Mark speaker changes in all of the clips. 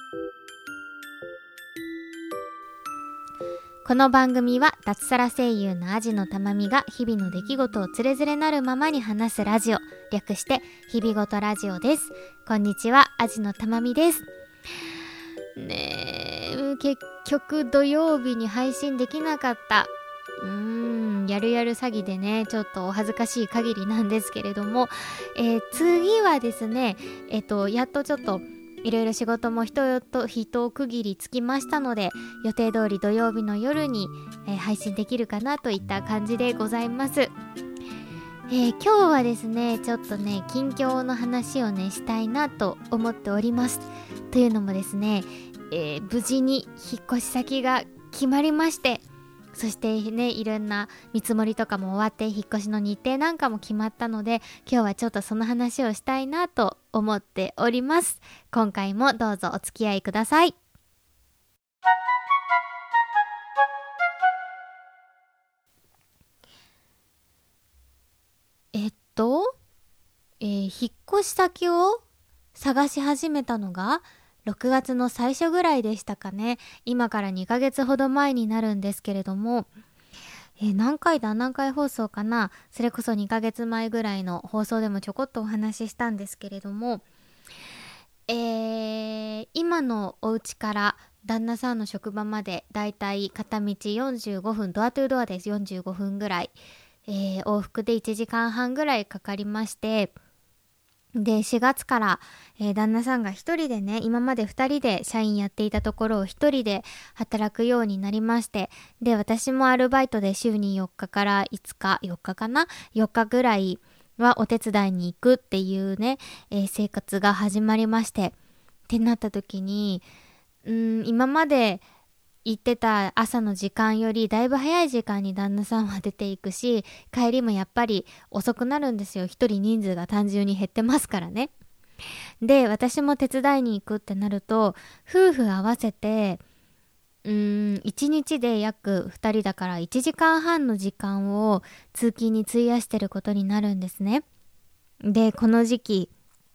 Speaker 1: この番組は脱サラ声優のアジのたまみが日々の出来事をつれづれなるままに話すラジオ、略して日々ごとラジオです。こんにちは、アジのたまみです。結局土曜日に配信できなかった。やる詐欺でね、ちょっとお恥ずかしい限りなんですけれども、次はですね、やっとちょっといろいろ仕事も一区切りつきましたので、予定通り土曜日の夜に、配信できるかなといった感じでございます。今日はですね、ちょっとね、近況の話をね、したいなと思っております。というのもですね、無事に引っ越し先が決まりまして、そしてね、いろんな見積もりとかも終わって、引っ越しの日程なんかも決まったので、今日はちょっとその話をしたいなと思っております。今回もどうぞお付き合いください。引っ越し先を探し始めたのが6月の最初ぐらいでしたかね。今から2ヶ月ほど前になるんですけれども、何回放送かな。それこそ2ヶ月前ぐらいの放送でもちょこっとお話ししたんですけれども、今のお家から旦那さんの職場までだいたい片道45分、ドアトゥードアです。45分ぐらい、往復で1時間半ぐらいかかりまして、で4月から、旦那さんが一人でね、今まで二人で社員やっていたところを一人で働くようになりまして、で私もアルバイトで週に4日から4日かな、4日ぐらいはお手伝いに行くっていうね、生活が始まりまして、ってなった時に今まで行ってた朝の時間よりだいぶ早い時間に旦那さんは出ていくし、帰りもやっぱり遅くなるんですよ。一人人数が単純に減ってますからね。で私も手伝いに行くってなると、夫婦合わせて1日で約2人だから1時間半の時間を通勤に費やしてることになるんですね。でこの時期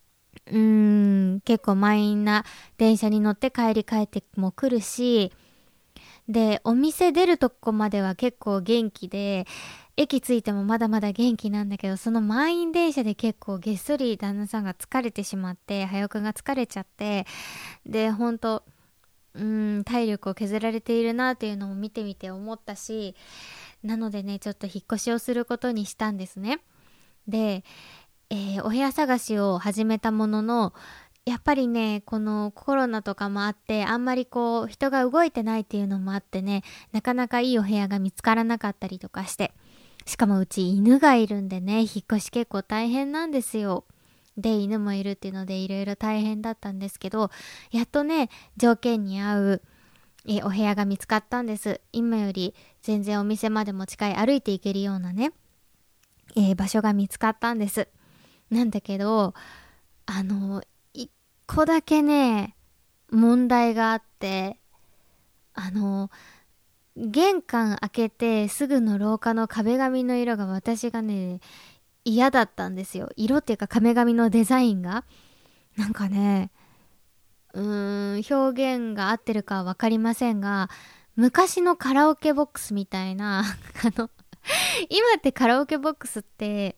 Speaker 1: 結構満員な電車に乗って帰っても来るし、でお店出るとこまでは結構元気で、駅着いてもまだまだ元気なんだけど、その満員電車で結構げっそり旦那さんが疲れてしまって、早くが疲れちゃって、でほんと体力を削られているなっていうのを見てみて思ったし、なのでね、ちょっと引っ越しをすることにしたんですね。で、お部屋探しを始めたものの、やっぱりね、このコロナとかもあって、あんまりこう人が動いてないっていうのもあってね、なかなかいいお部屋が見つからなかったりとかして、しかもうち犬がいるんでね、引っ越し結構大変なんですよ。で犬もいるっていうのでいろいろ大変だったんですけど、やっとね条件に合うお部屋が見つかったんです。今より全然お店までも近い、歩いて行けるようなね、場所が見つかったんです。なんだけど一個だけね問題があって、玄関開けてすぐの廊下の壁紙の色が私がね嫌だったんですよ。色っていうか壁紙のデザインがなんかね、表現が合ってるかは分かりませんが、昔のカラオケボックスみたいな今ってカラオケボックスって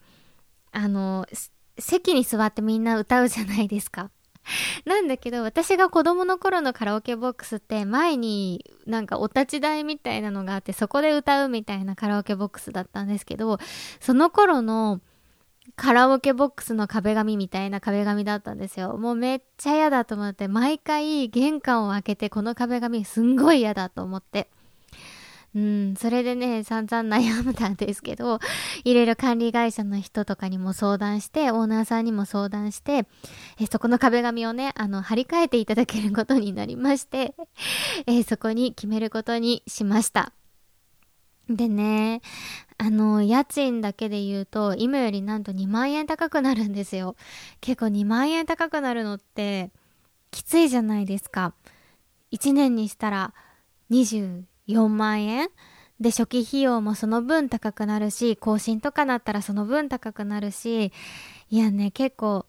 Speaker 1: 席に座ってみんな歌うじゃないですか。なんだけど私が子供の頃のカラオケボックスって前になんかお立ち台みたいなのがあって、そこで歌うみたいなカラオケボックスだったんですけど、その頃のカラオケボックスの壁紙みたいな壁紙だったんですよ。もうめっちゃ嫌だと思って、毎回玄関を開けてこの壁紙すんごい嫌だと思って、それでね散々悩んだんですけど、いろいろ管理会社の人とかにも相談して、オーナーさんにも相談して、そこの壁紙をね張り替えていただけることになりまして、そこに決めることにしました。でね、家賃だけで言うと今よりなんと2万円高くなるんですよ。結構2万円高くなるのってきついじゃないですか。1年にしたら24万円で、初期費用もその分高くなるし、更新とかなったらその分高くなるし、いやね結構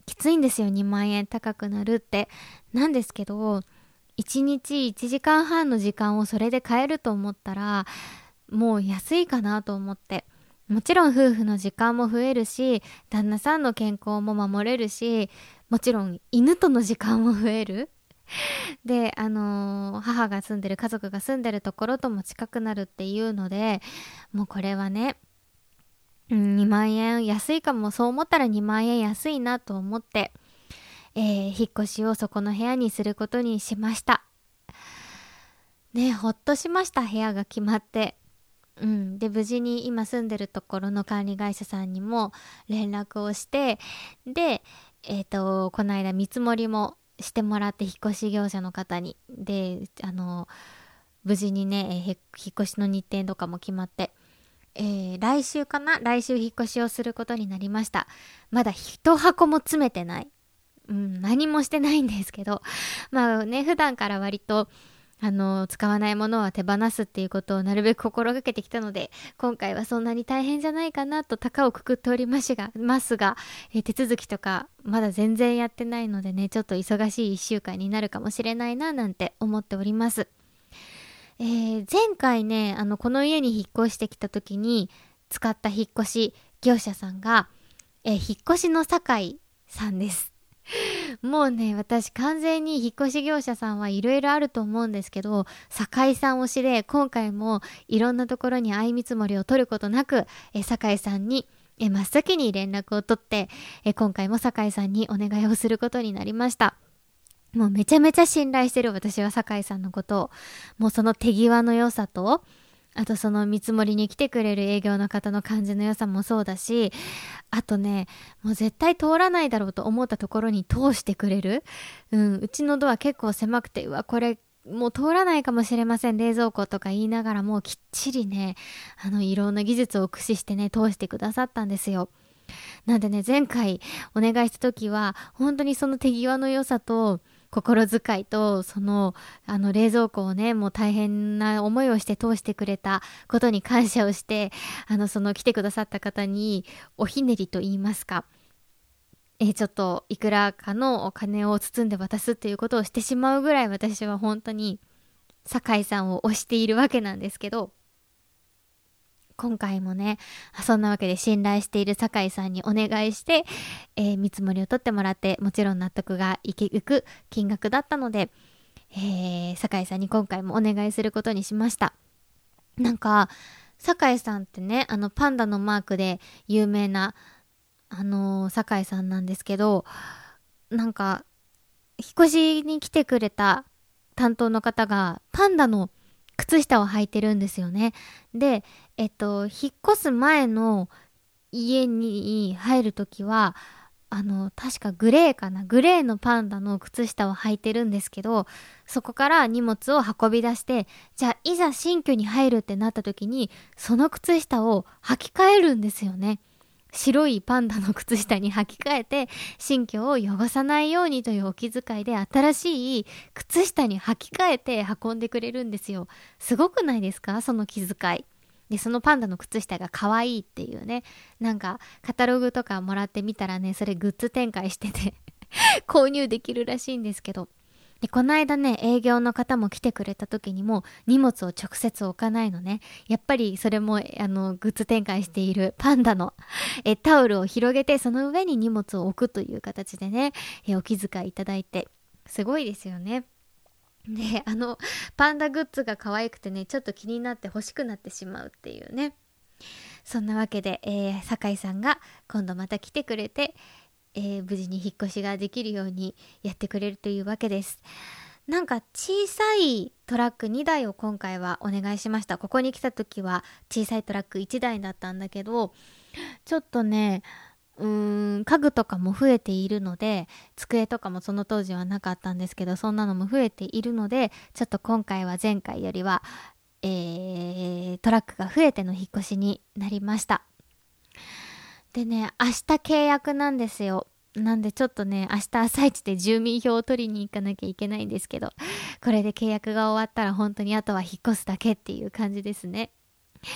Speaker 1: きついんですよ、2万円高くなるって。なんですけど、1日1時間半の時間をそれで買えると思ったら、もう安いかなと思って。もちろん夫婦の時間も増えるし、旦那さんの健康も守れるし、もちろん犬との時間も増える。で、母が住んでる、家族が住んでるところとも近くなるっていうので、もうこれはね、2万円安いかも、そう思ったら2万円安いなと思って、引っ越しをそこの部屋にすることにしました。ね、ほっとしました、部屋が決まって。で、無事に今住んでるところの管理会社さんにも連絡をして、で、この間見積もりもしてもらって、引っ越し業者の方に。で、無事にね、引っ越しの日程とかも決まって、来週引っ越しをすることになりました。まだ一箱も詰めてない。何もしてないんですけど。まあね、普段から割と、使わないものは手放すっていうことをなるべく心がけてきたので、今回はそんなに大変じゃないかなと高をくくっておりますが、手続きとかまだ全然やってないのでね、ちょっと忙しい1週間になるかもしれないななんて思っております。前回ね、この家に引っ越してきた時に使った引っ越し業者さんが、引っ越しの酒井さんです。もうね、私完全に引っ越し業者さんはいろいろあると思うんですけど、酒井さん推しで、今回もいろんなところに相見積もりを取ることなく、酒井さんに真っ先に連絡を取って、今回も酒井さんにお願いをすることになりました。もうめちゃめちゃ信頼してる、私は酒井さんのことを。もうその手際の良さと、あとその見積もりに来てくれる営業の方の感じの良さもそうだし、あとね、もう絶対通らないだろうと思ったところに通してくれる。うちのドア結構狭くて、これもう通らないかもしれません、冷蔵庫とか言いながらもうきっちりね、いろんな技術を駆使してね、通してくださったんですよ。なんでね、前回お願いした時は、本当にその手際の良さと、心遣いと、冷蔵庫をね、もう大変な思いをして通してくれたことに感謝をして、来てくださった方に、おひねりと言いますか、ちょっと、いくらかのお金を包んで渡すっていうことをしてしまうぐらい、私は本当に、酒井さんを推しているわけなんですけど、今回もね、そんなわけで信頼している酒井さんにお願いして、見積もりを取ってもらって、もちろん納得がいく金額だったので、酒井さんに今回もお願いすることにしました。なんか、酒井さんってね、パンダのマークで有名な、酒井さんなんですけど、なんか、引っ越しに来てくれた担当の方が、パンダの靴下を履いてるんですよね。で、引っ越す前の家に入るときは、確かグレーのパンダの靴下を履いてるんですけど、そこから荷物を運び出して、じゃあいざ新居に入るってなったときに、その靴下を履き替えるんですよね。白いパンダの靴下に履き替えて、新居を汚さないようにというお気遣いで、新しい靴下に履き替えて運んでくれるんですよ。すごくないですか、その気遣い。で、そのパンダの靴下が可愛いっていうね。なんか、カタログとかもらってみたらね、それグッズ展開してて購入できるらしいんですけど。で、この間ね、営業の方も来てくれた時にも荷物を直接置かないのね。やっぱりそれも、グッズ展開しているパンダのタオルを広げて、その上に荷物を置くという形でね、お気遣いいただいて、すごいですよね。で、パンダグッズが可愛くてね、ちょっと気になって欲しくなってしまうっていうね。そんなわけで、酒井さんが今度また来てくれて、無事に引っ越しができるようにやってくれるというわけです。なんか小さいトラック2台を今回はお願いしました。ここに来た時は小さいトラック1台だったんだけど、ちょっとね、家具とかも増えているので、机とかもその当時はなかったんですけど、そんなのも増えているので、ちょっと今回は前回よりは、トラックが増えての引っ越しになりました。でね、明日契約なんですよ。なんでちょっとね、明日朝一で住民票を取りに行かなきゃいけないんですけど、これで契約が終わったら本当にあとは引っ越すだけっていう感じですね。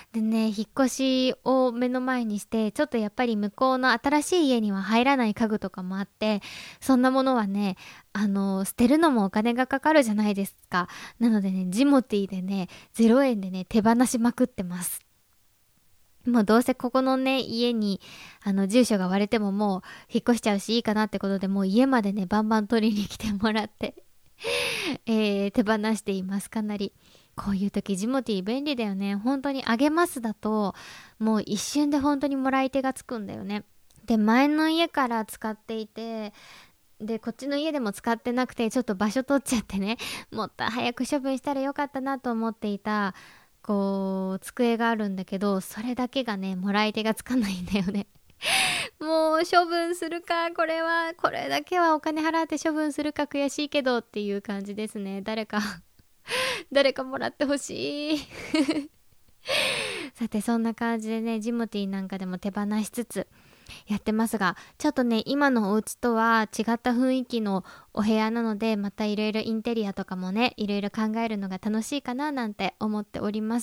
Speaker 1: でね、引っ越しを目の前にして、ちょっとやっぱり向こうの新しい家には入らない家具とかもあって、そんなものはね、捨てるのもお金がかかるじゃないですか。なのでね、ジモティーでね、0円でね、手放しまくってます。もうどうせここのね、家に、住所が割れてももう引っ越しちゃうしいいかなってことで、もう家までね、バンバン取りに来てもらって手放しています、かなり。こういう時、ジモティー便利だよね。本当にあげますだと、もう一瞬で本当にもらい手がつくんだよね。で、前の家から使っていて、で、こっちの家でも使ってなくて、ちょっと場所取っちゃってね、もっと早く処分したらよかったなと思っていた、机があるんだけど、それだけがね、もらい手がつかないんだよね。もう処分するか、これだけはお金払って処分するか悔しいけどっていう感じですね。誰かもらってほしい。さて、そんな感じでね、ジモティーなんかでも手放しつつやってますが、ちょっとね、今のお家とは違った雰囲気のお部屋なので、またいろいろインテリアとかもね、いろいろ考えるのが楽しいかななんて思っております。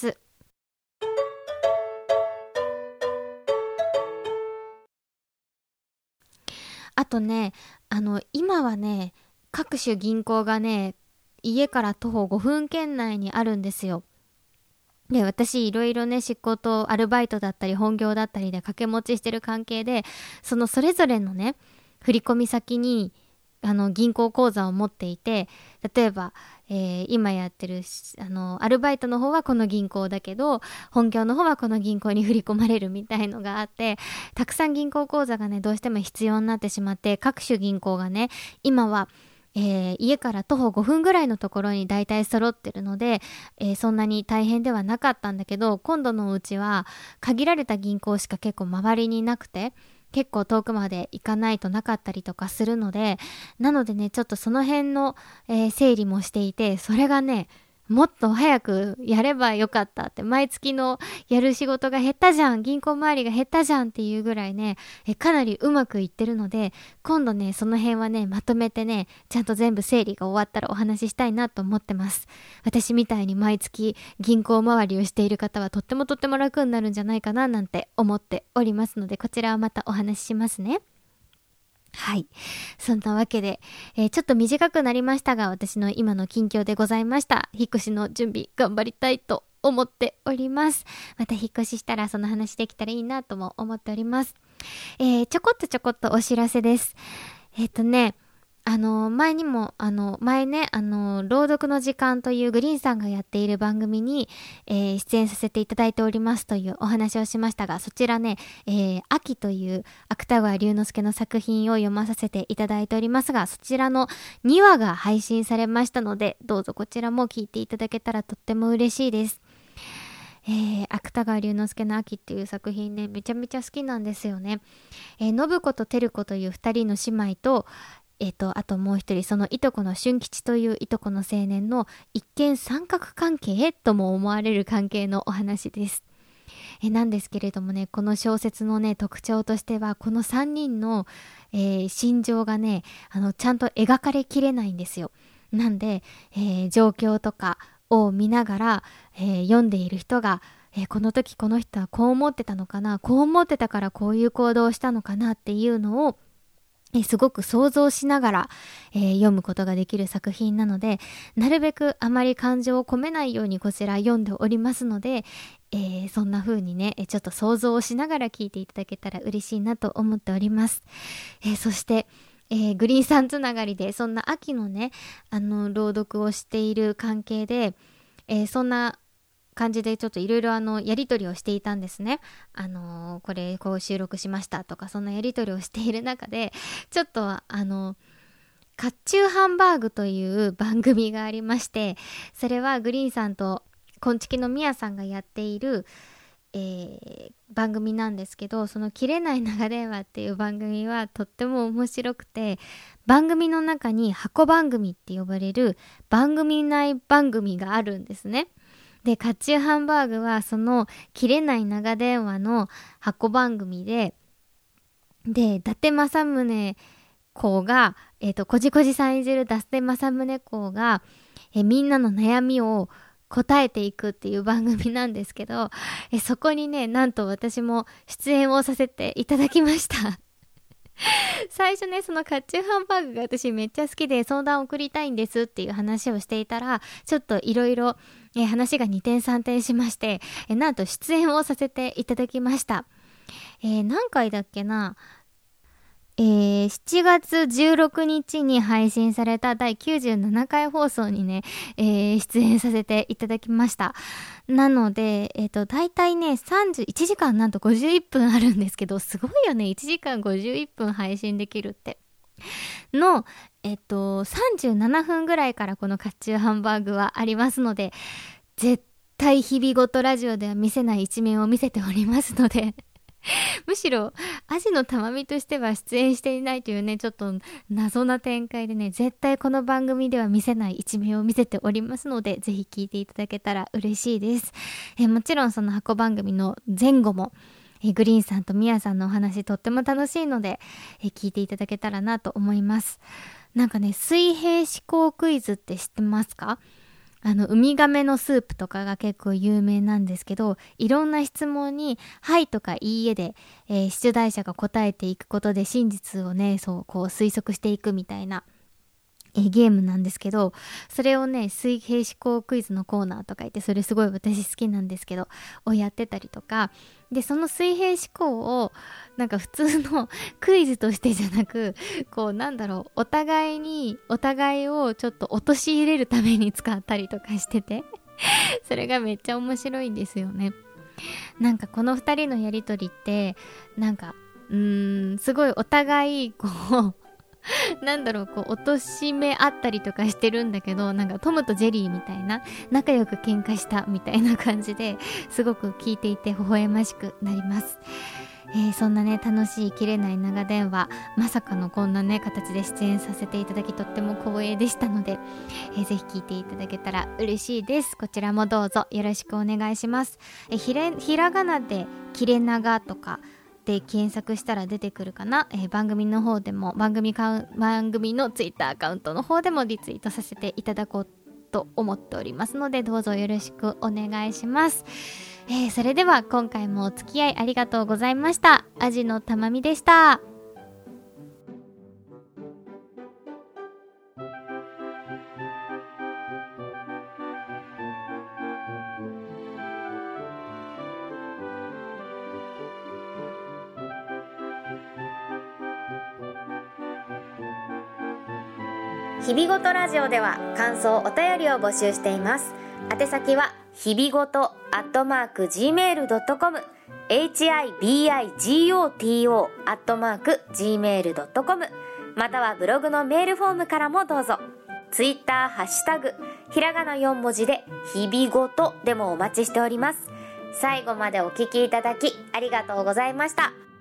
Speaker 1: あとね、今はね、各種銀行がね、家から徒歩5分圏内にあるんですよ。で、私いろいろね、仕事、アルバイトだったり本業だったりで掛け持ちしてる関係で、それぞれのね、振込先に、銀行口座を持っていて、例えば、今やってるアルバイトの方はこの銀行だけど、本業の方はこの銀行に振り込まれるみたいのがあって、たくさん銀行口座がね、どうしても必要になってしまって、各種銀行がね、今は家から徒歩5分ぐらいのところに大体揃ってるので、そんなに大変ではなかったんだけど、今度のうちは限られた銀行しか結構周りになくて、結構遠くまで行かないとなかったりとかするので、なのでね、ちょっとその辺の、整理もしていて、それがね、もっと早くやればよかったって、毎月のやる仕事が減ったじゃん、銀行周りが減ったじゃんっていうぐらいね、かなりうまくいってるので、今度ね、その辺はね、まとめてね、ちゃんと全部整理が終わったらお話ししたいなと思ってます。私みたいに毎月銀行周りをしている方はとっても楽になるんじゃないかななんて思っておりますので、こちらはまたお話ししますね。はい。そんなわけで、ちょっと短くなりましたが、私の今の近況でございました。引っ越しの準備頑張りたいと思っております。また引っ越ししたらその話できたらいいなとも思っております。ちょこっとお知らせです。前ね、朗読の時間というグリーンさんがやっている番組に、出演させていただいておりますというお話をしましたが、そちらね、秋という芥川龍之介の作品を読まさせていただいておりますが、そちらの2話が配信されましたので、どうぞこちらも聞いていただけたらとっても嬉しいです。芥川龍之介の秋っていう作品ね、めちゃめちゃ好きなんですよね。信子と照子という2人の姉妹と、あともう一人、そのいとこの俊吉といういとこの青年の一見三角関係とも思われる関係のお話です。なんですけれどもね、この小説のね、特徴としては、この3人の、心情がね、ちゃんと描かれきれないんですよ。なんで、状況とかを見ながら、読んでいる人が、この時この人はこう思ってたのかな、こう思ってたからこういう行動をしたのかなっていうのを、すごく想像しながら、読むことができる作品なので、なるべくあまり感情を込めないようにこちら読んでおりますので、そんな風にね、ちょっと想像をしながら聞いていただけたら嬉しいなと思っております。そして、グリーンさんつながりで、そんな秋のね、朗読をしている関係で、そんな感じでちょっといろいろやり取りをしていたんですね。これこう収録しましたとか、そんなやり取りをしている中で、ちょっと甲冑ハンバーグという番組がありまして、それはグリーンさんとこんちきのみやさんがやっている、番組なんですけど、その切れない長電話っていう番組はとっても面白くて、番組の中に箱番組って呼ばれる番組内番組があるんですね。で、甲冑ハンバーグはその切れない長電話の箱番組で、伊達政宗公が、こじこじさん演じる伊達政宗公が、みんなの悩みを答えていくっていう番組なんですけど、そこにね、なんと私も出演をさせていただきました。最初ね、その甲冑ハンバーグが私めっちゃ好きで相談を送りたいんですっていう話をしていたら、ちょっといろいろ話が2点3点しまして、なんと出演をさせていただきました。何回だっけな、7月16日に配信された第97回放送にね、出演させていただきました。なので、だいたいね、1時間なんと51分あるんですけど、すごいよね、1時間51分配信できるって。の、37分ぐらいからこの甲冑ハンバーグはありますので、絶対日々ごとラジオでは見せない一面を見せておりますので、むしろアジのたまみとしては出演していないというね、ちょっと謎な展開でね、絶対この番組では見せない一面を見せておりますので、ぜひ聞いていただけたら嬉しいです。もちろんその箱番組の前後もグリーンさんとミヤさんのお話とっても楽しいので、聞いていただけたらなと思います。なんかね、水平思考クイズって知ってますか？ウミガメのスープとかが結構有名なんですけど、いろんな質問にはいとかいいえで、出題者が答えていくことで真実をね、そうこう推測していくみたいなゲームなんですけど、それをね、水平思考クイズのコーナーとか言って、それすごい私好きなんですけどをやってたりとかで、その水平思考をなんか普通のクイズとしてじゃなく、こうなんだろう、お互いをちょっと陥れるために使ったりとかしててそれがめっちゃ面白いんですよね。なんかこの2人のやりとりってなんかすごいお互いこうなんだろう、こう貶め合ったりとかしてるんだけど、なんかトムとジェリーみたいな仲良く喧嘩したみたいな感じですごく聞いていて微笑ましくなります。そんなね、楽しい切れない長電話、まさかのこんなね形で出演させていただきとっても光栄でしたので、ぜひ聞いていただけたら嬉しいです。こちらもどうぞよろしくお願いします。ひらがなで切れ長とかで検索したら出てくるかな。番組の方でも番組のツイッターアカウントの方でもリツイートさせていただこうと思っておりますので、どうぞよろしくお願いします。それでは今回もお付き合いありがとうございました。アジのたまみでした。
Speaker 2: 日々ごとラジオでは感想お便りを募集しています。宛先は日々ごと@gmail.com hibigoto@gmail.com またはブログのメールフォームからもどうぞ。ツイッターハッシュタグひらがな4文字で日々ごとでもお待ちしております。最後までお聞きいただきありがとうございました。